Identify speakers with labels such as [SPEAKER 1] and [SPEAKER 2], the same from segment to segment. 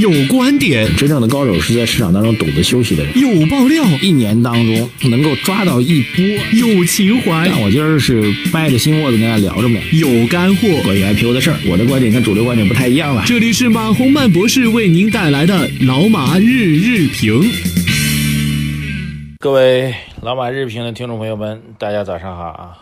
[SPEAKER 1] 有观点，
[SPEAKER 2] 真正的高手是在市场当中懂得休息的人。
[SPEAKER 1] 有爆料，
[SPEAKER 2] 一年当中能够抓到一波，
[SPEAKER 1] 有情怀。
[SPEAKER 2] 但我今儿是掰着心窝子跟大家聊着呢，
[SPEAKER 1] 有干货。
[SPEAKER 2] 关于 IPO 的事儿，我的观点跟主流观点不太一样了。
[SPEAKER 1] 这里是马洪曼博士为您带来的老马日日评。
[SPEAKER 3] 各位老马日评的听众朋友们，大家早上好啊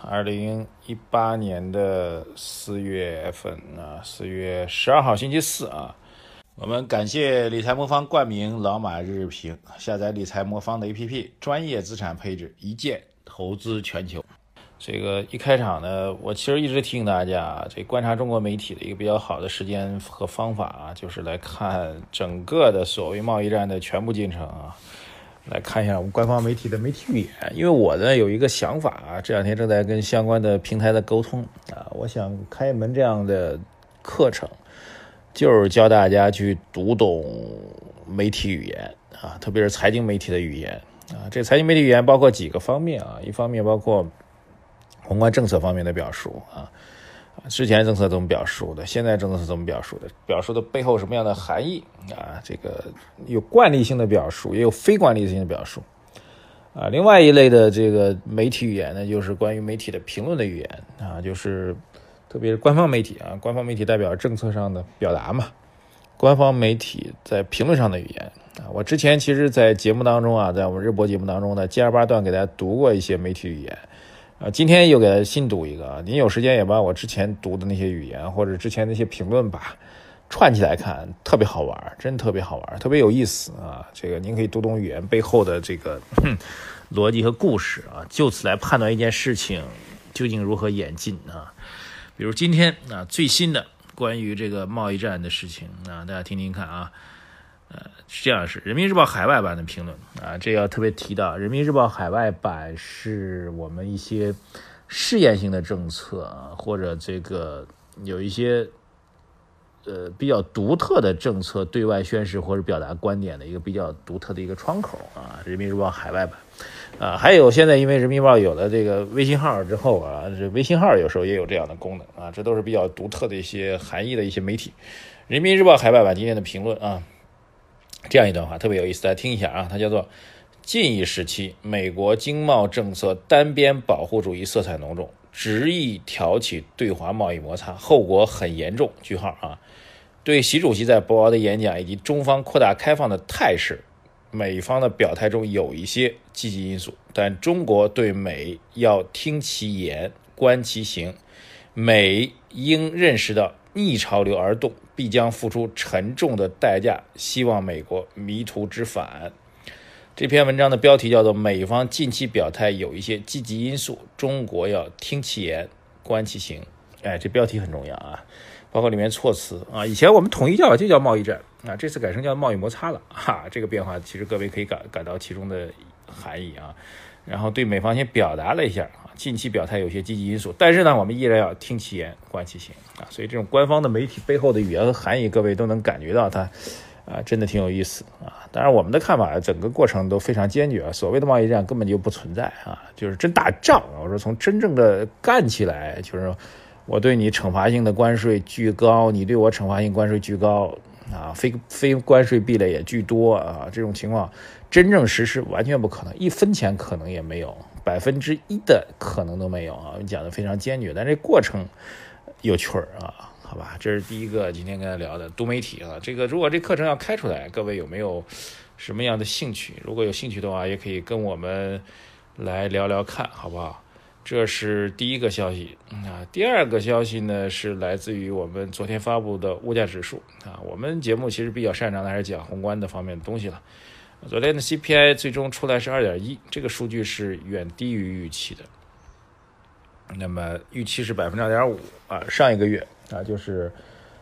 [SPEAKER 3] ！2018年的4月份啊，4月12号星期四啊，我们感谢理财魔方冠名老马日日评，下载理财魔方的 APP， 专业资产配置，一键投资全球。这个一开场呢，我其实一直提醒大家，这观察中国媒体的一个比较好的时间和方法啊，就是来看整个的所谓贸易战的全部进程啊。来看一下我们官方媒体的媒体语言，因为我呢有一个想法啊，这两天正在跟相关的平台的沟通啊，我想开一门这样的课程，就是教大家去读懂媒体语言啊，特别是财经媒体的语言啊。这财经媒体语言包括几个方面啊，一方面包括宏观政策方面的表述啊。之前政策怎么表述的，现在政策是怎么表述的，表述的背后什么样的含义啊？这个有惯例性的表述，也有非惯例性的表述啊。另外一类的这个媒体语言呢，就是关于媒体的评论的语言啊，就是特别是官方媒体啊，官方媒体代表政策上的表达嘛，官方媒体在评论上的语言啊。我之前其实在节目当中啊，在我们日播节目当中呢，接二八段给大家读过一些媒体语言。今天又给大家新读一个，您有时间也把我之前读的那些语言或者之前那些评论吧串起来看，特别好玩，真特别好玩，特别有意思啊！这个您可以读懂语言背后的这个逻辑和故事啊，就此来判断一件事情究竟如何演进啊。比如今天啊最新的关于这个贸易战的事情啊，大家听听看啊。是这样，是人民日报海外版的评论啊，这要特别提到，人民日报海外版是我们一些试验性的政策啊，或者这个有一些比较独特的政策对外宣示或者表达观点的一个比较独特的一个窗口啊，人民日报海外版啊，还有现在因为人民日报有了这个微信号之后啊，这微信号有时候也有这样的功能啊，这都是比较独特的一些含义的一些媒体。人民日报海外版今天的评论啊。这样一段话特别有意思，大家听一下啊，它叫做近一时期美国经贸政策单边保护主义色彩浓重，执意挑起对华贸易摩擦，后果很严重句号啊。对习主席在博鳌的演讲以及中方扩大开放的态势，美方的表态中有一些积极因素，但中国对美要听其言观其行，美应认识到逆潮流而动必将付出沉重的代价，希望美国迷途知返。这篇文章的标题叫做美方近期表态有一些积极因素，中国要听其言观其行。哎，这标题很重要啊，包括里面措辞啊，以前我们统一叫法就叫贸易战啊，这次改成叫贸易摩擦了哈，这个变化其实各位可以感到其中的含义啊。然后对美方先表达了一下啊，近期表态有些积极因素，但是呢，我们依然要听其言观其行啊。所以这种官方的媒体背后的语言和含义，各位都能感觉到它啊，真的挺有意思啊。当然，我们的看法整个过程都非常坚决啊，所谓的贸易战根本就不存在啊，就是真打仗啊。我说从真正的干起来，就是我对你惩罚性的关税巨高，你对我惩罚性关税巨高啊，非关税壁垒也巨多啊，这种情况真正实施完全不可能，一分钱可能也没有，1%的可能都没有啊！我们讲的非常坚决，但这过程有趣儿啊，好吧？这是第一个今天跟大家聊的读媒体啊。这个如果这课程要开出来，各位有没有什么样的兴趣？如果有兴趣的话，也可以跟我们来聊聊看，好不好？这是第一个消息啊。第二个消息呢，是来自于我们昨天发布的物价指数啊。我们节目其实比较擅长的还是讲宏观的方面的东西了。昨天的 CPI 最终出来是 2.1， 这个数据是远低于预期的。那么预期是 2.5% 啊，上一个月啊就是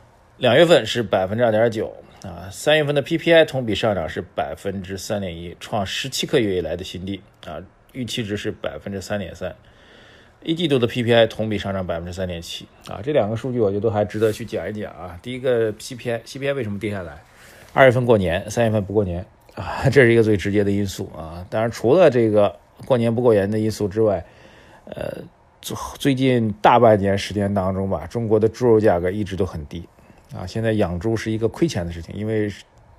[SPEAKER 3] 2月份是 2.9% 啊，3月份的 PPI 同比上涨是 3.1%， 创17个月以来的新低啊，预期值是 3.3%。一季度的 PPI 同比上涨 3.7% 啊，这两个数据我觉得都还值得去讲一讲啊。第一个 CPI 为什么跌下来？2月份过年，3月份不过年啊，这是一个最直接的因素啊。当然除了这个过年不过年的因素之外，最近大半年时间当中吧，中国的猪肉价格一直都很低啊。现在养猪是一个亏钱的事情，因为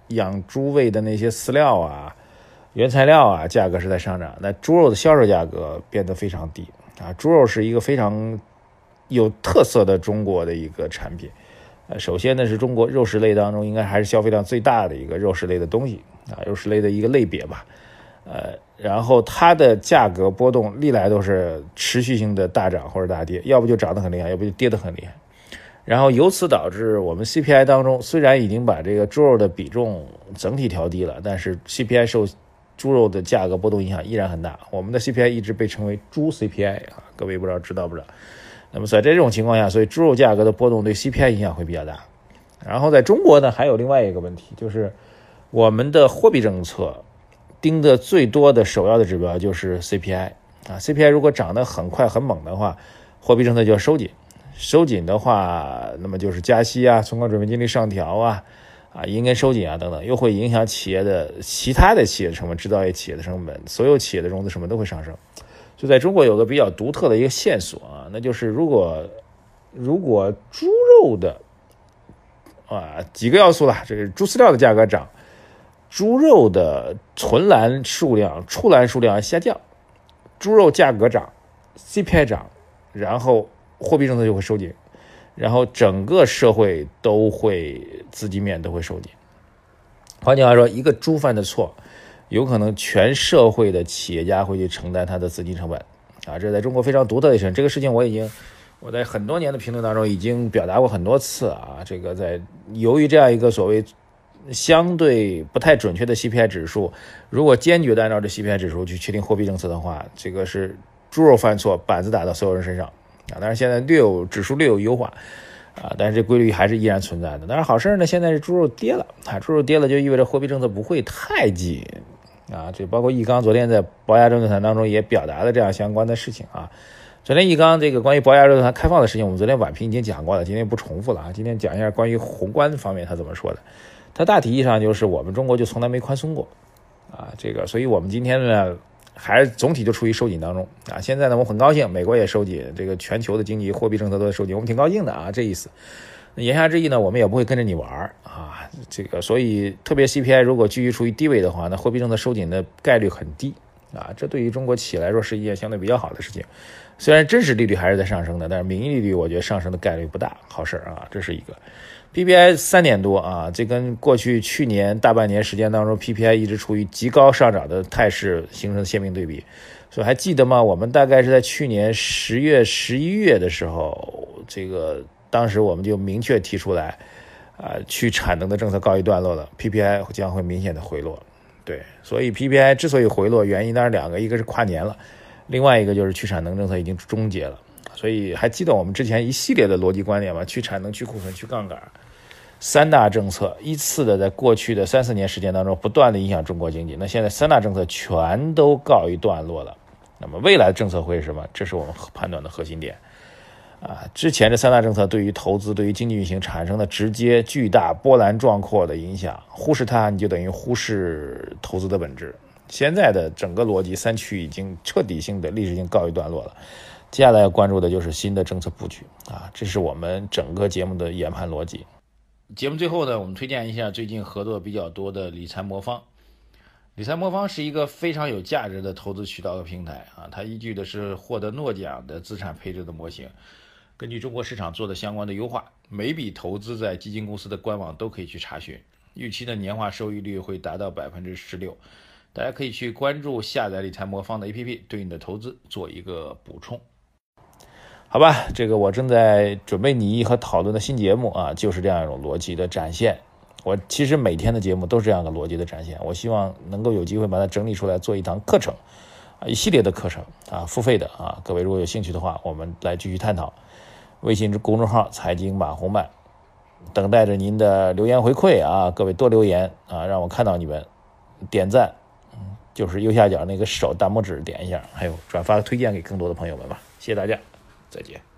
[SPEAKER 3] 养猪喂的那些饲料啊、原材料啊，价格是在上涨，那猪肉的销售价格变得非常低啊。猪肉是一个非常有特色的中国的一个产品。首先呢，是中国肉食类当中应该还是消费量最大的一个肉食类的东西啊，肉食类的一个类别吧。然后它的价格波动历来都是持续性的大涨或者大跌，要不就涨得很厉害，要不就跌得很厉害。然后由此导致我们 CPI 当中虽然已经把这个猪肉的比重整体调低了，但是 CPI 受猪肉的价格波动影响依然很大。我们的 CPI 一直被称为猪 CPI 啊，各位不知道知道不知道？那么在这种情况下，所以猪肉价格的波动对 CPI 影响会比较大。然后在中国呢，还有另外一个问题，就是我们的货币政策盯的最多的首要的指标就是 CPI 啊。CPI 如果涨得很快很猛的话，货币政策就要收紧。收紧的话，那么就是加息啊、存款准备金率上调啊、银根收紧啊等等，又会影响企业的其他的企业成本、制造业企业的成本，所有企业的融资成本都会上升。就在中国有个比较独特的一个线索啊，那就是如果猪肉的几个要素啦，这个猪饲料的价格涨，猪肉的存栏数量、出栏数量下降，猪肉价格涨 ，CPI 涨，然后货币政策就会收紧，然后整个社会都会资金面都会收紧。换句话说，一个猪犯的错，有可能全社会的企业家会去承担他的资金成本啊，这在中国非常独特的事情。这个事情我在很多年的评论当中已经表达过很多次啊。这个由于这样一个所谓相对不太准确的 CPI 指数，如果坚决的按照这 CPI 指数去确定货币政策的话，这个是猪肉犯错，板子打到所有人身上啊。但是现在指数略有优化啊，但是这规律还是依然存在的。但是好事呢，现在是猪肉跌了啊，猪肉跌了就意味着货币政策不会太紧啊。这包括易纲昨天在博雅政论坛当中也表达了这样相关的事情啊。昨天易纲这个关于博雅论坛开放的事情，我们昨天晚评已经讲过了，今天不重复了啊。今天讲一下关于宏观方面他怎么说的。他大体意义上就是我们中国就从来没宽松过啊，所以我们今天呢还是总体就处于收紧当中啊。现在呢我们很高兴，美国也收紧，这个全球的经济货币政策都在收紧，我们挺高兴的啊，这意思。言下之意呢，我们也不会跟着你玩啊，所以特别 CPI 如果继续处于低位的话，那货币政策收紧的概率很低啊，这对于中国企业来说是一件相对比较好的事情。虽然真实利率还是在上升的，但是名义利率我觉得上升的概率不大，好事啊，这是一个。PPI 3点多啊，这跟过去去年大半年时间当中 PPI 一直处于极高上涨的态势形成鲜明对比。所以还记得吗？我们大概是在去年10月、11月的时候，当时我们就明确提出来去产能的政策告一段落了， PPI 将会明显的回落。对，所以 PPI 之所以回落，原因当然两个，一个是跨年了，另外一个就是去产能政策已经终结了。所以还记得我们之前一系列的逻辑观点吗？去产能、去库存、去杠杆，3大政策依次的在过去的3-4年时间当中不断的影响中国经济。那现在3大政策全都告一段落了，那么未来的政策会是什么？这是我们判断的核心点啊。之前这3大政策对于投资、对于经济运行产生的直接巨大波澜壮阔的影响，忽视它你就等于忽视投资的本质。现在的整个逻辑3区已经彻底性的历史性告一段落了，接下来要关注的就是新的政策布局啊，这是我们整个节目的研判逻辑。节目最后呢，我们推荐一下最近合作比较多的理财魔方。理财魔方是一个非常有价值的投资渠道和平台啊，它依据的是获得诺奖的资产配置的模型，根据中国市场做的相关的优化，每笔投资在基金公司的官网都可以去查询，预期的年化收益率会达到 16%。大家可以去关注下载理财魔方的 APP， 对你的投资做一个补充。好吧，我正在准备拟议和讨论的新节目啊，就是这样一种逻辑的展现。我其实每天的节目都是这样的逻辑的展现，我希望能够有机会把它整理出来做一堂课程啊，一系列的课程啊，付费的啊，各位如果有兴趣的话，我们来继续探讨。微信公众号财经马红漫，等待着您的留言回馈啊，各位多留言啊，让我看到你们，点赞，就是右下角那个手大拇指点一下，还有转发推荐给更多的朋友们吧，谢谢大家，再见。